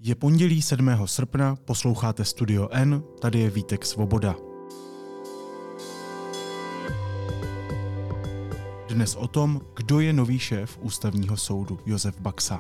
Je pondělí 7. srpna, posloucháte Studio N, tady je Vítek Svoboda. Dnes o tom, kdo je nový šéf Ústavního soudu Josef Baxa.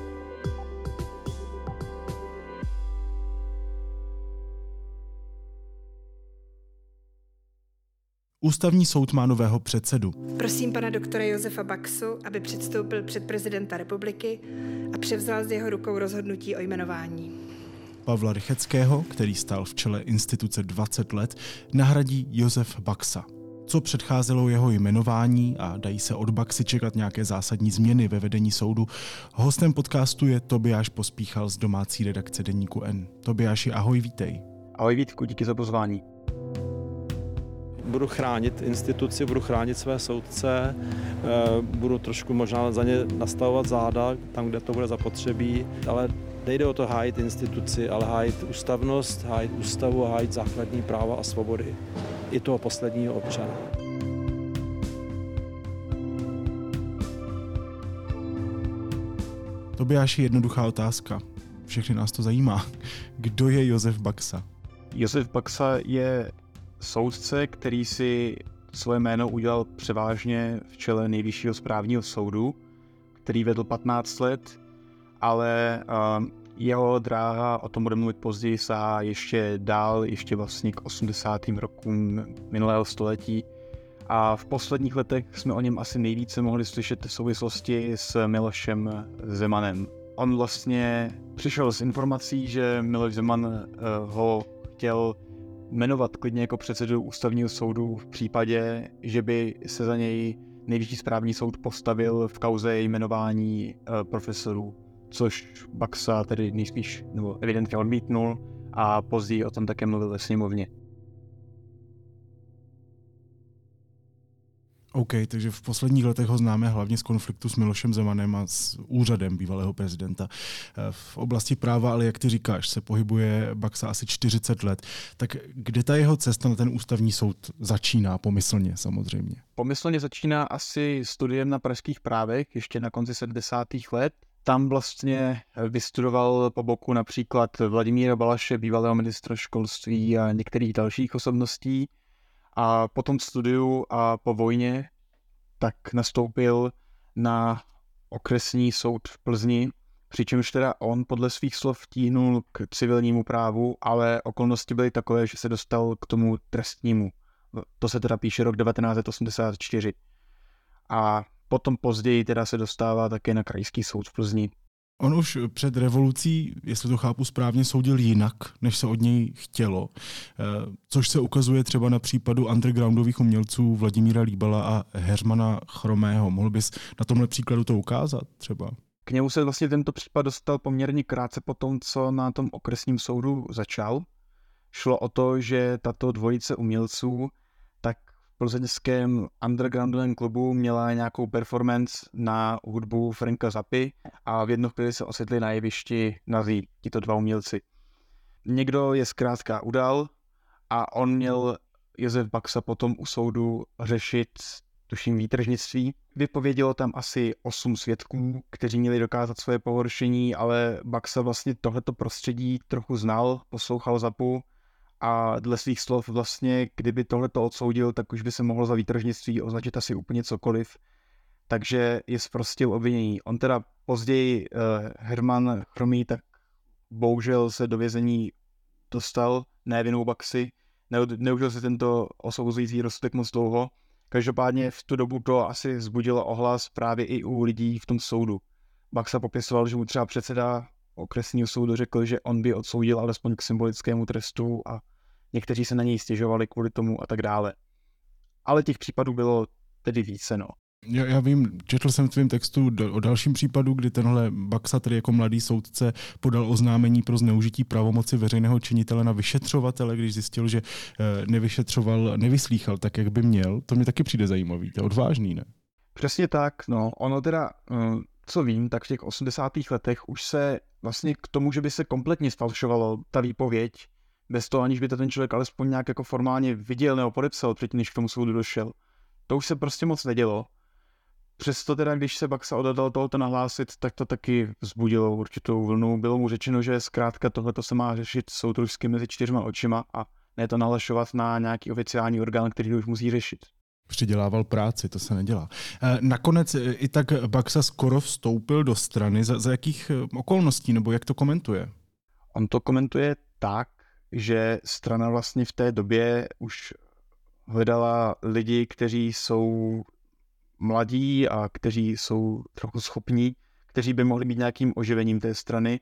Ústavní soud má nového předsedu. Prosím pana doktora Josefa Baxu, aby předstoupil před prezidenta republiky a převzal z jeho rukou rozhodnutí o jmenování. Pavla Rycheckého, který stál v čele instituce 20 let, nahradí Josef Baxa. Co předcházelo jeho jmenování a dají se od Baxy čekat nějaké zásadní změny ve vedení soudu? Hostem podcastu je Tobiáš Pospíchal z domácí redakce Deníku N. Tobiáši, ahoj, vítej. Ahoj Vítku, díky za pozvání. Budu chránit instituci, budu chránit své soudce, budu trošku možná za ně nastavovat záda tam, kde to bude zapotřebí, ale nejde o to hájit instituci, ale hájit ústavnost, hájit ústavu a hájit základní práva a svobody i toho posledního občana. Tobiáši, jednoduchá otázka. Všechny nás to zajímá. Kdo je Josef Baxa? Josef Baxa je soudce, který si svoje jméno udělal převážně v čele Nejvyššího správního soudu, který vedl 15 let, ale jeho dráha, o tom budeme mluvit později, sahá ještě dál, ještě vlastně k 80. rokům minulého století. A v posledních letech jsme o něm asi nejvíce mohli slyšet v souvislosti s Milošem Zemanem. On vlastně přišel s informací, že Miloš Zeman ho chtěl jmenovat klidně jako předsedu Ústavního soudu v případě, že by se za něj Nejvyšší správní soud postavil v kauze jmenování profesorů, což Baxa tedy nejspíš nebo evidentně odmítnul a později o tom také mluvil ve sněmovně. OK, takže v posledních letech ho známe hlavně z konfliktu s Milošem Zemanem a s úřadem bývalého prezidenta. V oblasti práva, ale jak ty říkáš, se pohybuje Baxa asi 40 let. Tak kde ta jeho cesta na ten ústavní soud začíná, pomyslně samozřejmě? Pomyslně začíná asi studiem na pražských právech, ještě na konci 70. let. Tam vlastně vystudoval po boku například Vladimíra Balaše, bývalého ministra školství a některých dalších osobností. A po tom studiu a po vojně tak nastoupil na okresní soud v Plzni, přičemž teda on podle svých slov tíhnul k civilnímu právu, ale okolnosti byly takové, že se dostal k tomu trestnímu. To se teda píše rok 1984. A potom později teda se dostává také na krajský soud v Plzni. On už před revolucí, jestli to chápu správně, soudil jinak, než se od něj chtělo, což se ukazuje třeba na případu undergroundových umělců Vladimíra Líbala a Heřmana Chromého. Mohl bys na tomhle příkladu to ukázat třeba? K němu se vlastně tento případ dostal poměrně krátce po tom, co na tom okresním soudu začal. Šlo o to, že tato dvojice umělců tak v plzeňském undergroundovém klubu měla nějakou performance na hudbu Franka Zappy a v jednu chvíli se ocitli na jevišti nazí tito dva umělci. Někdo je zkrátka udal a on měl, Josef Baxa, potom u soudu řešit, tuším, výtržnictví. Vypovědělo tam asi 8 svědků, kteří měli dokázat svoje pohoršení, ale Baxa vlastně tohleto prostředí trochu znal, poslouchal Zappu a dle svých slov vlastně, kdyby tohleto odsoudil, tak už by se mohlo za výtržnictví označit asi úplně cokoliv. Takže je zprostil obvinění. On teda později, Herman Chromý, tak bohužel se do vězení dostal, ne vinou Baxy, neužil se tento osvobozující rozsudek moc dlouho. Každopádně v tu dobu to asi vzbudilo ohlas právě i u lidí v tom soudu. Baxa popisoval, že mu třeba předseda okresního soudu řekl, že on by odsoudil alespoň k symbolickému trestu a někteří se na něj stěžovali kvůli tomu a tak dále. Ale těch případů bylo tedy více, no. Já vím, četl jsem v tvém textu o dalším případu, kdy tenhle Baxa, tedy jako mladý soudce, podal oznámení pro zneužití pravomoci veřejného činitele na vyšetřovatele, když zjistil, že nevyslýchal tak, jak by měl. To mi taky přijde zajímavý, to je odvážný, ne? Přesně tak, no. Ono teda, co vím, tak v těch 80. letech už se vlastně k tomu, že by se kompletně sfalšovalo ta výpověď, bez toho, aniž by to ten člověk alespoň nějak jako formálně viděl nebo podepsal předtím, než k tomu soudu došel. To už se prostě moc nedělo. Přesto teda, když se Baxa odhodlal tohoto nahlásit, tak to taky vzbudilo určitou vlnu. Bylo mu řečeno, že zkrátka tohleto se má řešit soudružsky mezi 4 očima a ne to nahlašovat na nějaký oficiální orgán, který to už musí řešit. Přidělával práci, to se nedělá. Nakonec i tak Baxa skoro vstoupil do strany. Za jakých okolností, nebo jak to komentuje? On to komentuje tak, že strana vlastně v té době už hledala lidi, kteří jsou mladí a kteří jsou trochu schopní, kteří by mohli být nějakým oživením té strany.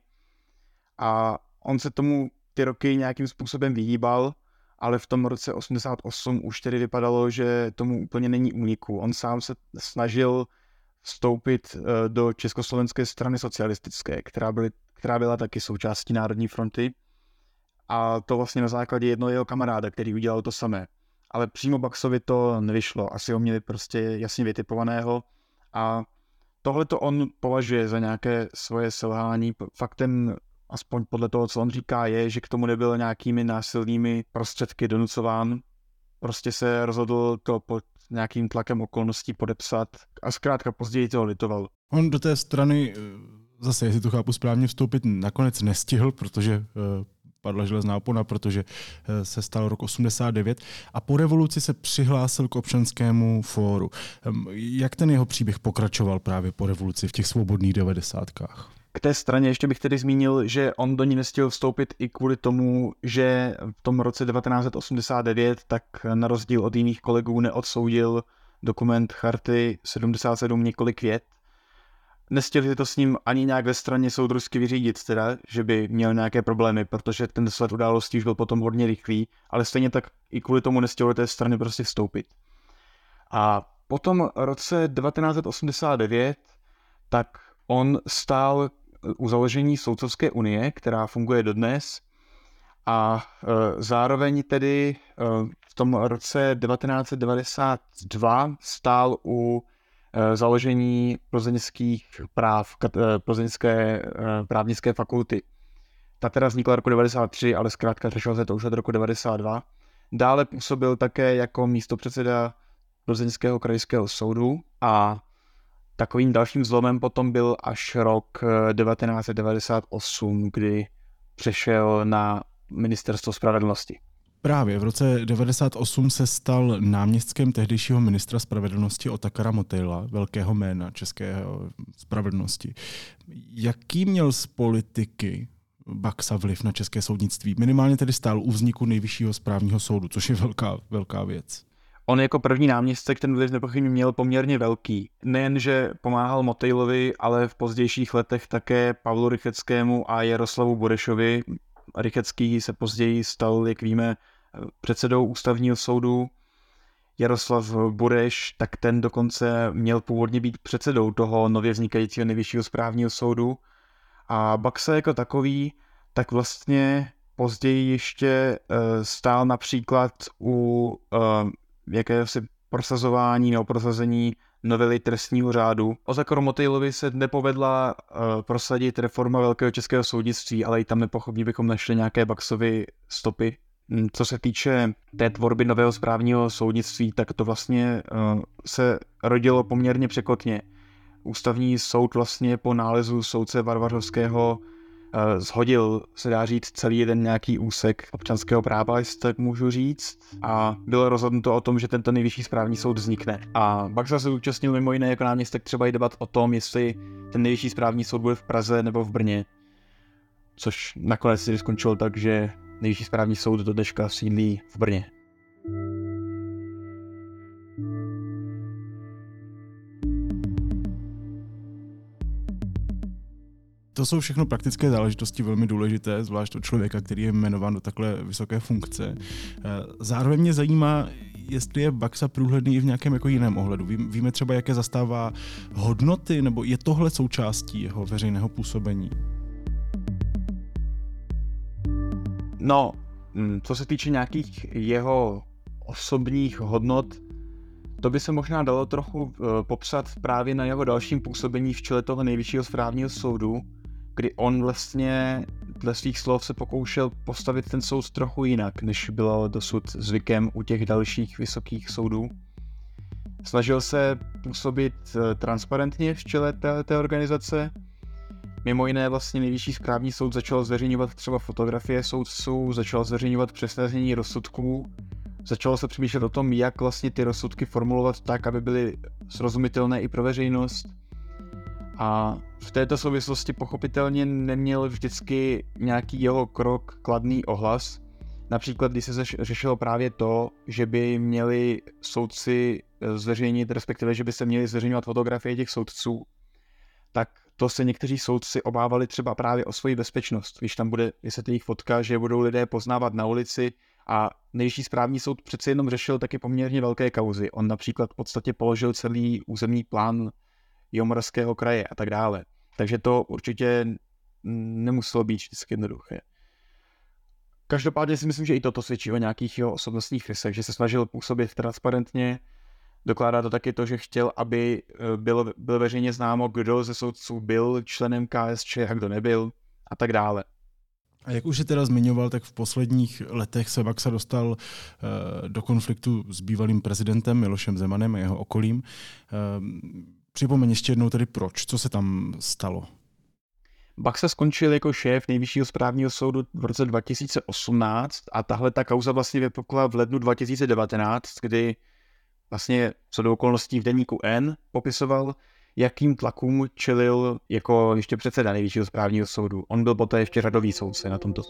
A on se tomu ty roky nějakým způsobem vyhýbal, ale v tom roce 88 už tedy vypadalo, že tomu úplně není úniku. On sám se snažil vstoupit do Československé strany socialistické, která byla taky součástí Národní fronty. A to vlastně na základě jednoho jeho kamaráda, který udělal to samé. Ale přímo Baxovi to nevyšlo. Asi ho měli prostě jasně vytipovaného. A tohle to on považuje za nějaké svoje selhání. Faktem, aspoň podle toho, co on říká, je, že k tomu nebyl nějakými násilnými prostředky donucován. Prostě se rozhodl to pod nějakým tlakem okolností podepsat a zkrátka později toho litoval. On do té strany, zase jestli to chápu správně, vstoupit nakonec nestihl, protože padla železná opona, protože se stal rok 89 a po revoluci se přihlásil k občanskému fóru. Jak ten jeho příběh pokračoval právě po revoluci v těch svobodných 90kách? K té straně ještě bych tedy zmínil, že on do ní nestihl vstoupit i kvůli tomu, že v tom roce 1989 tak na rozdíl od jiných kolegů neodsoudil dokument Charty 77 několik vět. Nestihli to s ním ani nějak ve straně soudružsky vyřídit, teda, že by měl nějaké problémy, protože ten sled událostí už byl potom hodně rychlý, ale stejně tak i kvůli tomu nestihli do té strany prostě vstoupit. A po tom roce 1989 tak on stál u založení Soudcovské unie, která funguje dodnes, a zároveň tedy v tom roce 1992 stál u založení plzeňských práv, plzeňské právnické fakulty. Ta teda vznikla roku 1993, ale zkrátka řešilo se to už od roku 1992. Dále působil také jako místopředseda Plzeňského krajského soudu a takovým dalším zlomem potom byl až rok 1998, kdy přešel na Ministerstvo spravedlnosti. Právě v roce 1998 se stal náměstkem tehdejšího ministra spravedlnosti Otakara Motejla, velkého jména české spravedlnosti. Jaký měl z politiky Baxa vliv na české soudnictví? Minimálně tedy stál u vzniku Nejvyššího správního soudu, což je velká věc. On jako první náměstek ten vliv nepochybně měl poměrně velký. Nejen, že pomáhal Motejlovi, ale v pozdějších letech také Pavlu Rycheckému a Jaroslavu Burešovi. Rychecký se později stal, jak víme, předsedou ústavního soudu. Jaroslav Bureš, tak ten dokonce měl původně být předsedou toho nově vznikajícího Nejvyššího správního soudu. A Baxa jako takový, tak vlastně později ještě stál například u jakéhosi prosazování nebo prosazení novely trestního řádu. Otakoru Motejlovi se nepovedla prosadit reforma velkého českého soudnictví, ale i tam nepochybně bychom našli nějaké Baxovy stopy. Co se týče té tvorby nového správního soudnictví, tak to vlastně se rodilo poměrně překotně. Ústavní soud vlastně po nálezu soudce Varvařovského shodil, se dá říct, celý jeden nějaký úsek občanského práva, jestli tak můžu říct, a bylo rozhodnuto o tom, že tento Nejvyšší správní soud vznikne. A Baxa se účastnil mimo jiné jako náměstek třeba i debat o tom, jestli ten Nejvyšší správní soud bude v Praze nebo v Brně, což nakonec si skončilo tak, že Nejvyšší správní soud do dneška sídlí v Brně. To jsou všechno praktické záležitosti velmi důležité, zvlášť od člověka, který je jmenován do takhle vysoké funkce. Zároveň mě zajímá, jestli je Baxa průhledný i v nějakém jako jiném ohledu. Víme třeba, jaké zastává hodnoty, nebo je tohle součástí jeho veřejného působení? No, co se týče nějakých jeho osobních hodnot, to by se možná dalo trochu popsat právě na jeho dalším působení v čele toho Nejvyššího správního soudu, kdy on vlastně dle svých slov se pokoušel postavit ten soud trochu jinak, než bylo dosud zvykem u těch dalších vysokých soudů. Snažil se působit transparentně v čele té organizace. Mimo jiné vlastně Nejvyšší správní soud začal zveřejňovat třeba fotografie soudců, začal zveřejňovat přesné znění rozsudků, začalo se přemýšlet o tom, jak vlastně ty rozsudky formulovat tak, aby byly srozumitelné i pro veřejnost. A v této souvislosti pochopitelně neměl vždycky nějaký jeho krok kladný ohlas. Například, když se řešilo právě to, že by měli soudci zveřejnit, respektive, že by se měli zveřejňovat fotografie těch soudců, tak to se někteří soudci obávali třeba právě o svoji bezpečnost. Když tam bude jejich fotka, že budou lidé poznávat na ulici, a Nejvyšší správní soud přece jenom řešil taky poměrně velké kauzy. On například v podstatě položil celý územní plán Jihomoravského kraje a tak dále. Takže to určitě nemuselo být vždycky jednoduché. Každopádně si myslím, že i toto svědčí o nějakých jeho osobnostních rysech, že se snažil působit transparentně. Dokládá to taky to, že chtěl, aby bylo veřejně známo, kdo ze soudců byl členem KSČ a kdo nebyl a tak dále. A jak už je teda zmiňoval, tak v posledních letech se Baxa dostal do konfliktu s bývalým prezidentem Milošem Zemanem a jeho okolím. Připomeň ještě jednou tedy proč, co se tam stalo? Baxa skončil jako šéf Nejvyššího správního soudu v roce 2018 a tahle ta kauza vlastně vypukla v lednu 2019, kdy vlastně co do okolností v deníku N popisoval, jakým tlakům čelil jako ještě předseda Nejvyššího správního soudu. On byl poté ještě řadový soudce na tomto.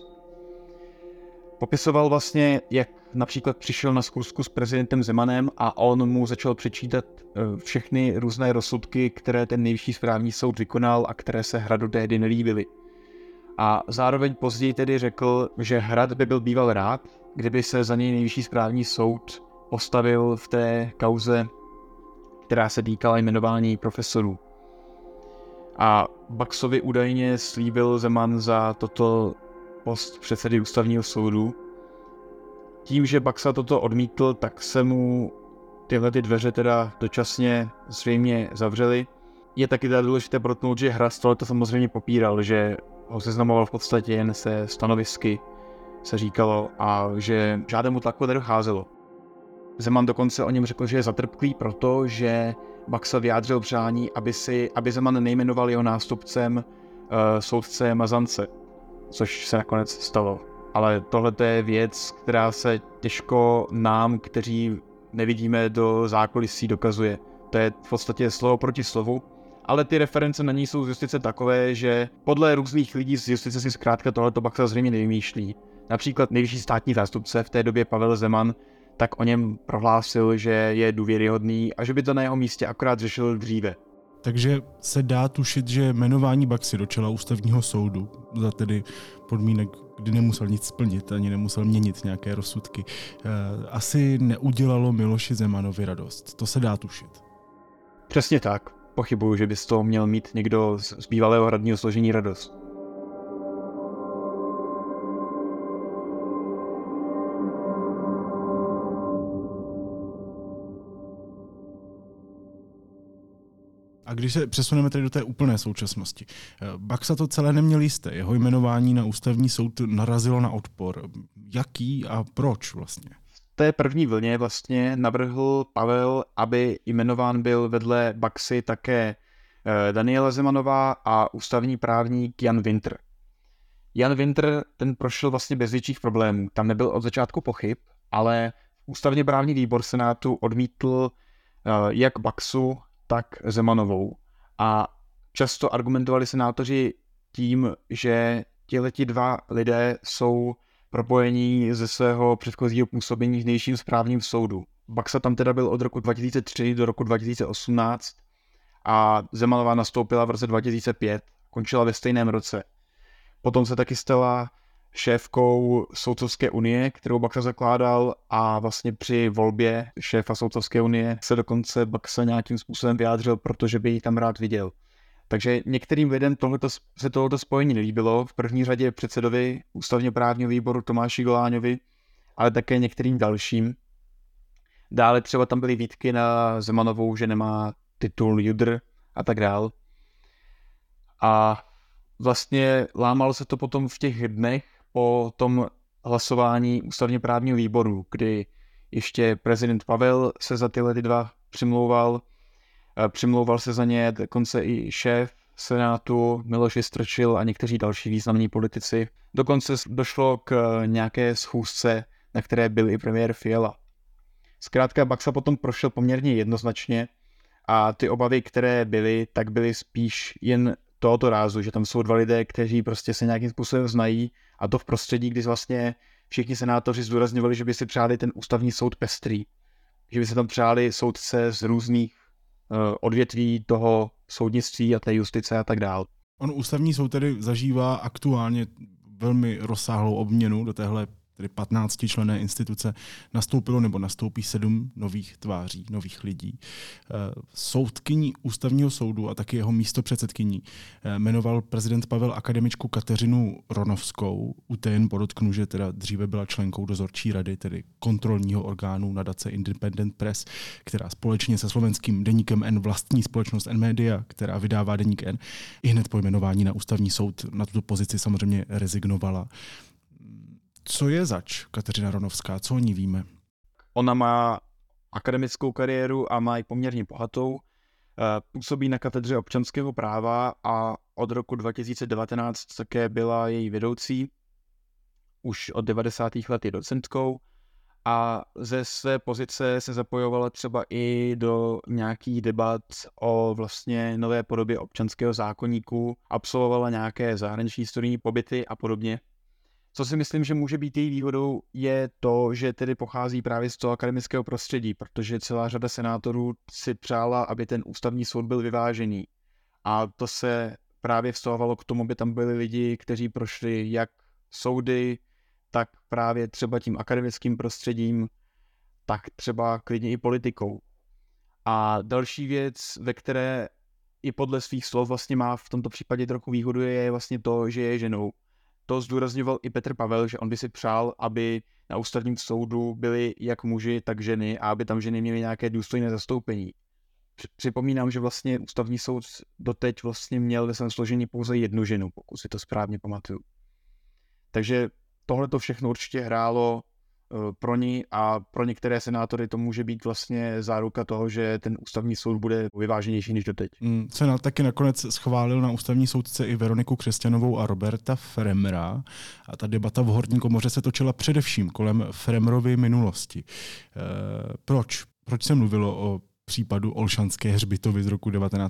Popisoval vlastně, jak například přišel na schůzku s prezidentem Zemanem a on mu začal přečítat všechny různé rozsudky, které ten Nejvyšší správní soud vykonal a které se Hradu tehdy nelíbily. A zároveň později tedy řekl, že Hrad by byl býval rád, kdyby se za něj Nejvyšší správní soud postavil v té kauze, která se týkala jmenování profesorů. A Baxovi údajně slíbil Zeman za toto post předsedy ústavního soudu. Tím, že Baxa toto odmítl, tak se mu tyhle dveře teda dočasně zřejmě zavřely. Je taky teda důležité protnout, že Hrad to samozřejmě popíral, že ho seznamoval v podstatě jen se stanovisky, se říkalo, a že žádnému tlaku nedocházelo. Zeman dokonce o něm řekl, že je zatrpklý proto, že Baxa vyjádřil přání, aby Zeman nejmenoval jeho nástupcem soudce Mazance, což se nakonec stalo. Ale tohle je věc, která se těžko nám, kteří nevidíme do zákulisí, dokazuje. To je v podstatě slovo proti slovu, ale ty reference na ní jsou z justice takové, že podle různých lidí z justice si zkrátka tohleto Baxa zřejmě nevymýšlí. Například nejvyšší státní zástupce v té době Pavel Zeman tak o něm prohlásil, že je důvěryhodný a že by to na jeho místě akorát řešil dříve. Takže se dá tušit, že jmenování Baxy do čela ústavního soudu za tedy podmínek, kdy nemusel nic splnit, ani nemusel měnit nějaké rozsudky, asi neudělalo Miloši Zemanovi radost. To se dá tušit. Přesně tak. Pochybuju, že by z toho měl mít někdo z bývalého hradního složení radost. A když se přesuneme tedy do té úplné současnosti, Baxa to celé neměl jisté. Jeho jmenování na ústavní soud narazilo na odpor. Jaký a proč vlastně? V té první vlně vlastně navrhl Pavel, aby jmenován byl vedle Baxy také Daniela Zemanová a ústavní právník Jan Wintr. Jan Wintr ten prošel vlastně bez větších problémů. Tam nebyl od začátku pochyb, ale ústavně právní výbor Senátu odmítl jak Baxu, tak Zemanovou. A často argumentovali senátoři tím, že tihleti dva lidé jsou propojení ze svého předchozího působení v Nejvyšším správním soudu. Baxa tam teda byl od roku 2003 do roku 2018 a Zemanová nastoupila v roce 2005, končila ve stejném roce. Potom se taky stala šéfkou Soudcovské unie, kterou Baxa zakládal, a vlastně při volbě šéfa Soudcovské unie se dokonce Baxa nějakým způsobem vyjádřil, protože by ji tam rád viděl. Takže některým lidem se tohoto spojení nelíbilo, v první řadě předsedovi ústavně právního výboru Tomáši Goláňovi, ale také některým dalším. Dále třeba tam byly výtky na Zemanovou, že nemá titul judr a tak dál. A vlastně lámalo se to potom v těch dnech po tom hlasování ústavně právního výboru, kdy ještě prezident Pavel se za tyhle dva přimlouval se za ně dokonce i šéf Senátu Miloš Vystrčil a někteří další významní politici. Dokonce došlo k nějaké schůzce, na které byl i premiér Fiala. Zkrátka Baxa potom prošel poměrně jednoznačně a ty obavy, které byly, tak byly spíš jen tohoto rázu, že tam jsou dva lidé, kteří prostě se nějakým způsobem znají, a to v prostředí, kdy vlastně všichni senátoři zdůrazňovali, že by si přáli ten ústavní soud pestrý, že by se tam přáli soudce z různých odvětví toho soudnictví a té justice a tak dále. On ústavní soud tedy zažívá aktuálně velmi rozsáhlou obměnu. Do téhle tedy 15členné instituce nastoupilo nebo nastoupí 7 nových tváří, nových lidí. Soudkyní ústavního soudu a taky jeho místopředsedkyní jmenoval prezident Pavel akademičku Kateřinu Ronovskou. U té jen podotknu, že teda dříve byla členkou dozorčí rady, tedy kontrolního orgánu nadace Independent Press, která společně se slovenským deníkem N vlastní společnost N Media, která vydává deník N. I hned po jmenování na ústavní soud na tuto pozici samozřejmě rezignovala. Co je zač Kateřina Ronovská? Co o ní víme? Ona má akademickou kariéru a má ji poměrně bohatou. Působí na katedře občanského práva a od roku 2019 také byla její vedoucí. Už od 90. let je docentkou a ze své pozice se zapojovala třeba i do nějakých debat o vlastně nové podobě občanského zákoníku, absolvovala nějaké zahraniční studijní pobyty a podobně. Co si myslím, že může být její výhodou, je to, že tedy pochází právě z toho akademického prostředí, protože celá řada senátorů si přála, aby ten ústavní soud byl vyvážený. A to se právě vztahovalo k tomu, aby tam byli lidi, kteří prošli jak soudy, tak právě třeba tím akademickým prostředím, tak třeba klidně i politikou. A další věc, ve které i podle svých slov vlastně má v tomto případě trochu výhodu, je vlastně to, že je ženou. To zdůrazňoval i Petr Pavel, že on by si přál, aby na ústavním soudu byli jak muži, tak ženy a aby tam ženy měly nějaké důstojné zastoupení. Připomínám, že vlastně ústavní soud doteď vlastně měl ve svém složení pouze jednu ženu, pokud si to správně pamatuju. Takže tohle to všechno určitě hrálo pro ní a pro některé senátory to může být vlastně záruka toho, že ten ústavní soud bude vyváženější než doteď. Senát taky nakonec schválil na ústavní soudce i Veroniku Křesťanovou a Roberta Fremera a ta debata v horní komoře se točila především kolem Fremrovy minulosti. Proč se mluvilo o případu Olšanské hřbitovy z roku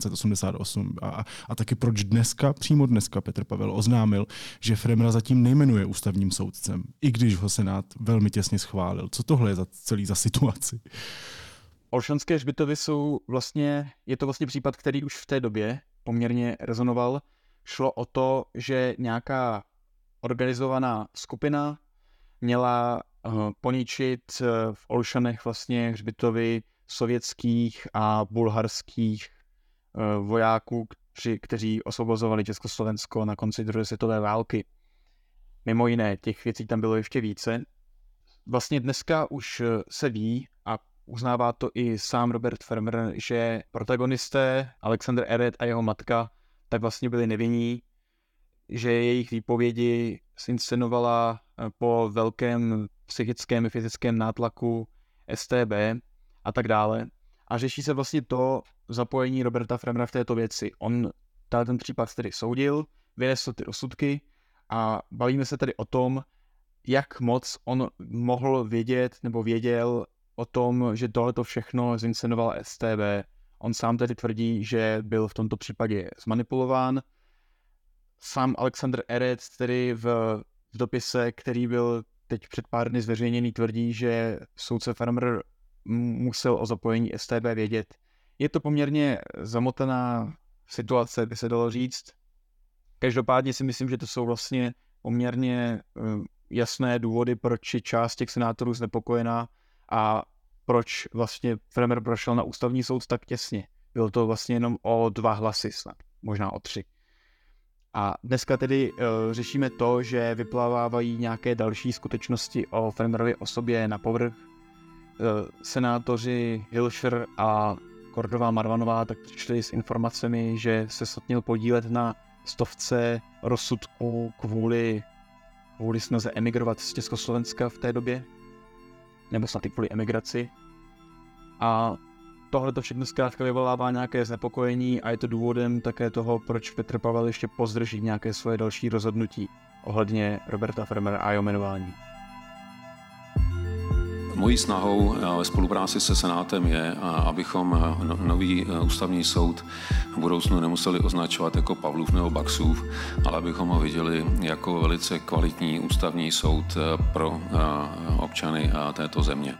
1988 a taky proč přímo dneska Petr Pavel oznámil, že Fremra zatím nejmenuje ústavním soudcem, i když ho Senát velmi těsně schválil. Co tohle je za situaci? Olšanské hřbitovy je to vlastně případ, který už v té době poměrně rezonoval. Šlo o to, že nějaká organizovaná skupina měla poničit v Olšanech vlastně hřbitovy sovětských a bulharských vojáků, kteří osvobozovali Československo na konci druhé světové války. Mimo jiné, těch věcí tam bylo ještě více. Vlastně dneska už se ví a uznává to i sám Robert Fremer, že protagonisté Alexander Eret a jeho matka tak vlastně byli nevinní, že jejich výpovědi zinscenovala po velkém psychickém a fyzickém nátlaku StB a tak dále. A řeší se vlastně to zapojení Roberta Fremera v této věci. On ten případ tedy soudil, vynesl ty rozsudky a bavíme se tedy o tom, jak moc on mohl vědět nebo věděl o tom, že tohleto všechno zinscenoval StB. On sám tedy tvrdí, že byl v tomto případě zmanipulován. Sám Alexander Eret tedy v dopise, který byl teď před pár dny zveřejněný, tvrdí, že soudce Fremer musel o zapojení StB vědět. Je to poměrně zamotaná situace, by se dalo říct. Každopádně si myslím, že to jsou vlastně poměrně jasné důvody, proč je část těch senátorů znepokojená a proč vlastně Fremer prošel na ústavní soud tak těsně. Bylo to vlastně jenom o 2 hlasy snad, možná o 3. A dneska tedy řešíme to, že vyplávají nějaké další skutečnosti o Fremerově osobě na povrch. Senátoři Hilšer a Kordová Marvanová tak přišli s informacemi, že se měl podílet na 100 rozsudků kvůli snaze emigrovat z Československa v té době, nebo snad i kvůli emigraci. A tohle to všechno zkrátka vyvolává nějaké znepokojení a je to důvodem také toho, proč Petr Pavel ještě pozdrží nějaké svoje další rozhodnutí ohledně Roberta Fermera a jeho jmenování. Mojí snahou ve spolupráci se Senátem je, abychom nový ústavní soud v budoucnu nemuseli označovat jako Pavlův nebo Baxův, ale abychom ho viděli jako velice kvalitní ústavní soud pro občany této země.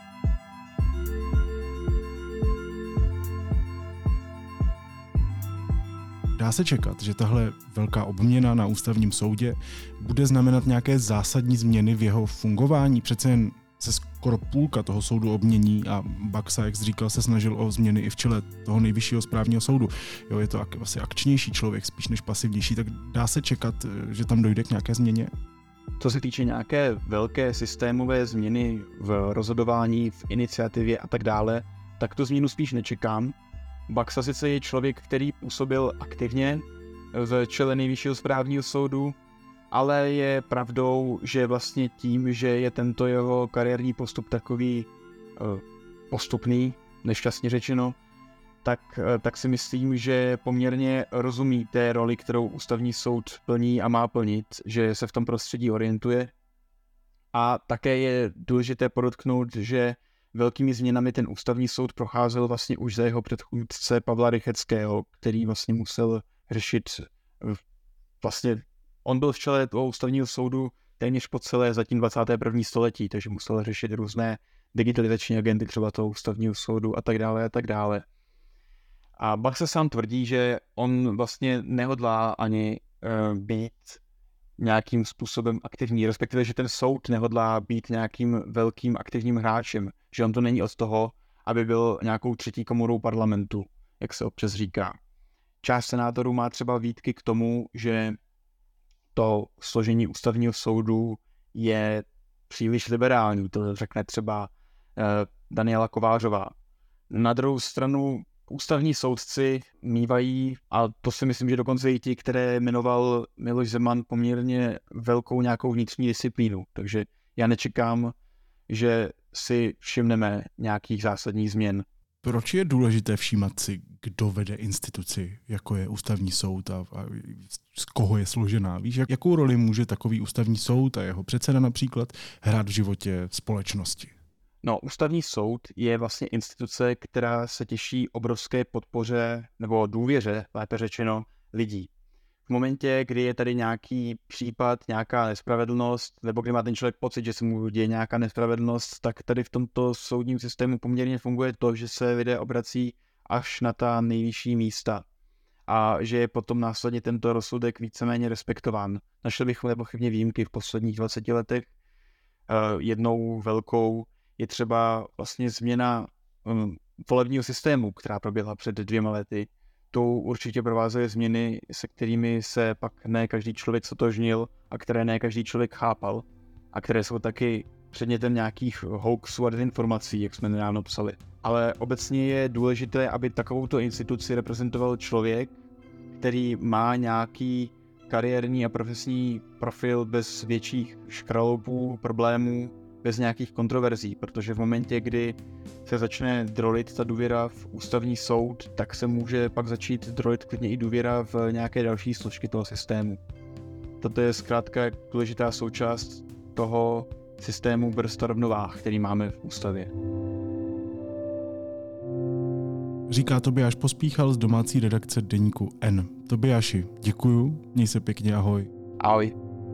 Dá se čekat, že tahle velká obměna na ústavním soudě bude znamenat nějaké zásadní změny v jeho fungování? Přece jen se skoro půlka toho soudu obmění a Baxa, jak jsi říkal, se snažil o změny i v čele toho nejvyššího správního soudu. Jo, je to asi akčnější člověk, spíš než pasivnější, tak dá se čekat, že tam dojde k nějaké změně? Co se týče nějaké velké systémové změny v rozhodování, v iniciativě a tak dále, tak tu změnu spíš nečekám. Baxa sice je člověk, který působil aktivně v čele nejvyššího správního soudu, ale je pravdou, že vlastně tím, že je tento jeho kariérní postup takový postupný, nešťastně řečeno, tak si myslím, že poměrně rozumí té roli, kterou ústavní soud plní a má plnit, že se v tom prostředí orientuje. A také je důležité podotknout, že velkými změnami ten ústavní soud procházel vlastně už za jeho předchůdce Pavla Rychetského, který vlastně musel řešit vlastně on byl v čele toho ústavního soudu téměř po celé zatím 21. století, takže musel řešit různé digitalizační agendy třeba toho ústavního soudu a tak dále a tak dále. A Baxa sám tvrdí, že on vlastně nehodlá ani být nějakým způsobem aktivní, respektive, že ten soud nehodlá být nějakým velkým aktivním hráčem, že on to není od toho, aby byl nějakou třetí komorou parlamentu, jak se občas říká. Část senátorů má třeba výtky k tomu, že to složení ústavního soudu je příliš liberální, to řekne třeba Daniela Kovářová. Na druhou stranu ústavní soudci mívají, a to si myslím, že dokonce i ti, které jmenoval Miloš Zeman, poměrně velkou nějakou vnitřní disciplínu. Takže já nečekám, že si všimneme nějakých zásadních změn. Proč je důležité všímat si, kdo vede instituci, jako je ústavní soud a z koho je složená? Víš, jakou roli může takový ústavní soud a jeho předseda například hrát v životě společnosti? No, ústavní soud je vlastně instituce, která se těší obrovské podpoře nebo důvěře, lépe řečeno, lidí. V momentě, kdy je tady nějaký případ, nějaká nespravedlnost, nebo kdy má ten člověk pocit, že se mu děje nějaká nespravedlnost, tak tady v tomto soudním systému poměrně funguje to, že se lidé obrací až na ta nejvyšší místa a že je potom následně tento rozsudek víceméně respektován. Našli bychom nepochybně výjimky v posledních 20 letech. Jednou velkou je třeba vlastně změna volebního systému, která proběhla před 2 lety. To určitě provázely změny, se kterými se pak ne každý člověk stotožnil a které ne každý člověk chápal a které jsou taky předmětem nějakých hoaxů a dezinformací, jak jsme nedávno psali. Ale obecně je důležité, aby takovouto instituci reprezentoval člověk, který má nějaký kariérní a profesní profil bez větších škraloupů, problémů, bez nějakých kontroverzí, protože v momentě, kdy se začne drolit ta důvěra v ústavní soud, tak se může pak začít drolit klidně i důvěra v nějaké další složky toho systému. Toto je zkrátka důležitá součást toho systému brzd a rovnováh, který máme v ústavě. Říká Tobiáš Pospíchal z domácí redakce deníku N. Tobiáši, děkuju, měj se pěkně, ahoj. Ahoj.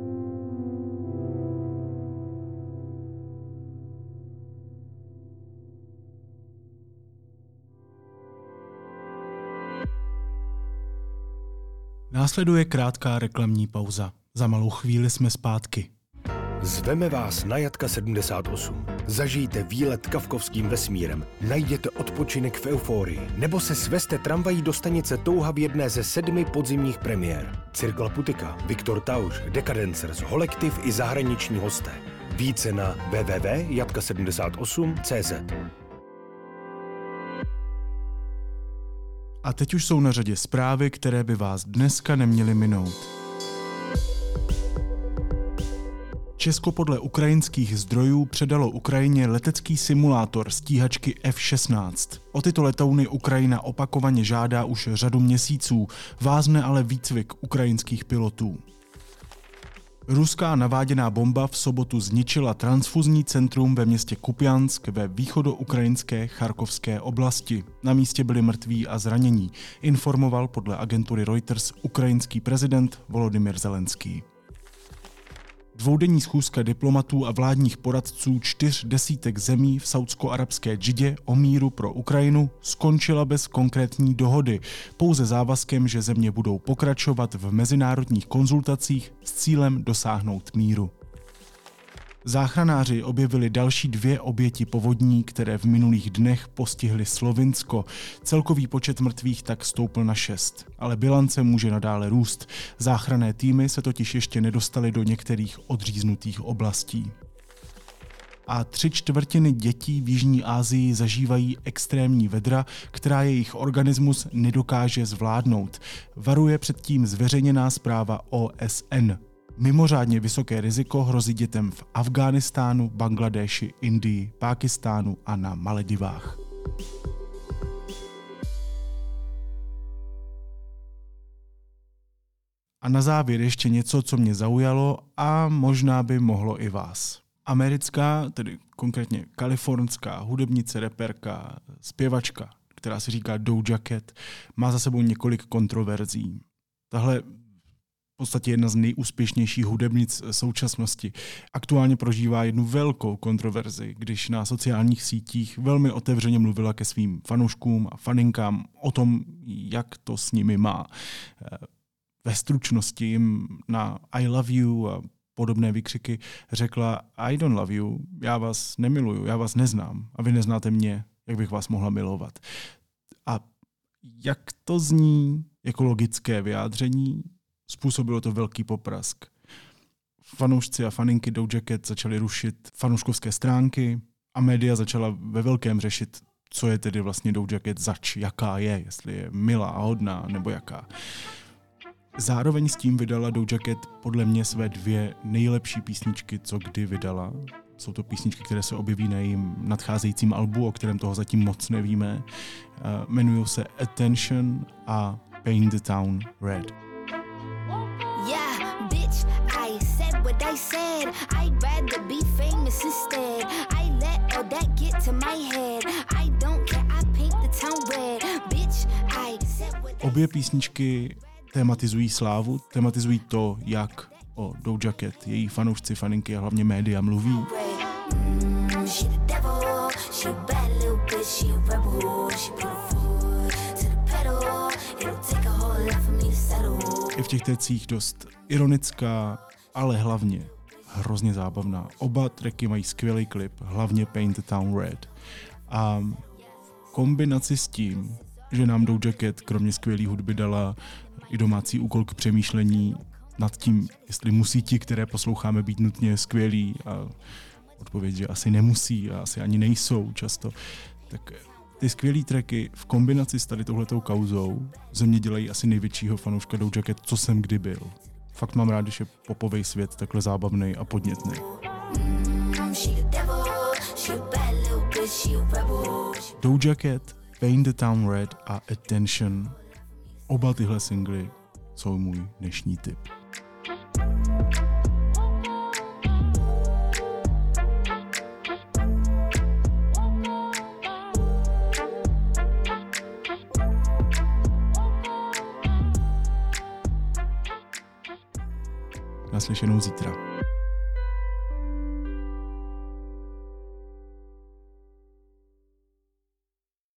Následuje krátká reklamní pauza. Za malou chvíli jsme zpátky. Zveme vás na Jatka 78. Zažijte výlet kafkovským vesmírem, najděte odpočinek v euforii, nebo se svezte tramvají do stanice Touha v jedné ze 7 podzimních premiér. Cirkla Putika, Viktor Tauš, Decadencers, Holektiv i zahraniční hosté. Více na www.jatka78.cz. A teď už jsou na řadě zprávy, které by vás dneska neměly minout. Česko podle ukrajinských zdrojů předalo Ukrajině letecký simulátor stíhačky F-16. O tyto letouny Ukrajina opakovaně žádá už řadu měsíců, vázne ale výcvik ukrajinských pilotů. Ruská naváděná bomba v sobotu zničila transfuzní centrum ve městě Kupjansk ve východoukrajinské Charkovské oblasti. Na místě byli mrtví a zranění, informoval podle agentury Reuters ukrajinský prezident Volodymyr Zelenský. Dvoudenní schůzka diplomatů a vládních poradců 40 zemí v saúdsko-arabské Džidě o míru pro Ukrajinu skončila bez konkrétní dohody, pouze závazkem, že země budou pokračovat v mezinárodních konzultacích s cílem dosáhnout míru. Záchranáři objevili další 2 oběti povodní, které v minulých dnech postihly Slovinsko. Celkový počet mrtvých tak stoupl na 6, ale bilance může nadále růst. Záchranné týmy se totiž ještě nedostaly do některých odříznutých oblastí. A 3/4 dětí v Jižní Asii zažívají extrémní vedra, která jejich organismus nedokáže zvládnout. Varuje před tím zveřejněná zpráva OSN. Mimořádně vysoké riziko hrozí dětem v Afghánistánu, Bangladéši, Indii, Pákistánu a na Maledivách. A na závěr ještě něco, co mě zaujalo a možná by mohlo i vás. Americká, tedy konkrétně kalifornská hudebnice, reperka, zpěvačka, která se říká Doja Cat, má za sebou několik kontroverzí. Tahle v podstatě jedna z nejúspěšnějších hudebnic současnosti. Aktuálně prožívá jednu velkou kontroverzi, když na sociálních sítích velmi otevřeně mluvila ke svým fanouškům a faninkám o tom, jak to s nimi má. Ve stručnosti jim na I love you a podobné výkřiky řekla I don't love you, já vás nemiluju, já vás neznám a vy neznáte mě, jak bych vás mohla milovat. A jak to zní jako logické vyjádření, způsobilo to velký poprask. Fanoušci a faninky Doja Cat začali rušit fanouškovské stránky a média začala ve velkém řešit, co je tedy vlastně Doja Cat zač, jaká je, jestli je milá a hodná nebo jaká. Zároveň s tím vydala Doja Cat podle mě své 2 nejlepší písničky, co kdy vydala. Jsou to písničky, které se objeví na jejím nadcházejícím albu, o kterém toho zatím moc nevíme. Jmenují se Attention a Paint the Town Red. Yeah, bitch, I said what I said. I'd rather be famous instead. I let all that get to my head. I don't care, I paint the town red. Bitch, I said what I said. Obě písničky tematizují slávu, tematizují to, jak o Doja Cat její fanoušci, faninky a hlavně média mluví. Je v těch tecích dost ironická, ale hlavně hrozně zábavná. Oba tracky mají skvělý klip, hlavně Paint the Town Red. A kombinaci s tím, že nám Doja Cat kromě skvělé hudby dala i domácí úkol k přemýšlení nad tím, jestli musí ti, které posloucháme, být nutně skvělí, a odpověď, že asi nemusí a asi ani nejsou často, tak ty skvělý tracky v kombinaci s tady touhletou kauzou ze mě dělají asi největšího fanouška Doja Cat, co jsem kdy byl. Fakt mám rád, když je popovej svět takhle zábavný a podnětný. Doja Cat, Paint the Town Red a Attention. Oba tyhle singly jsou můj dnešní tip. Naslyšenou zítra.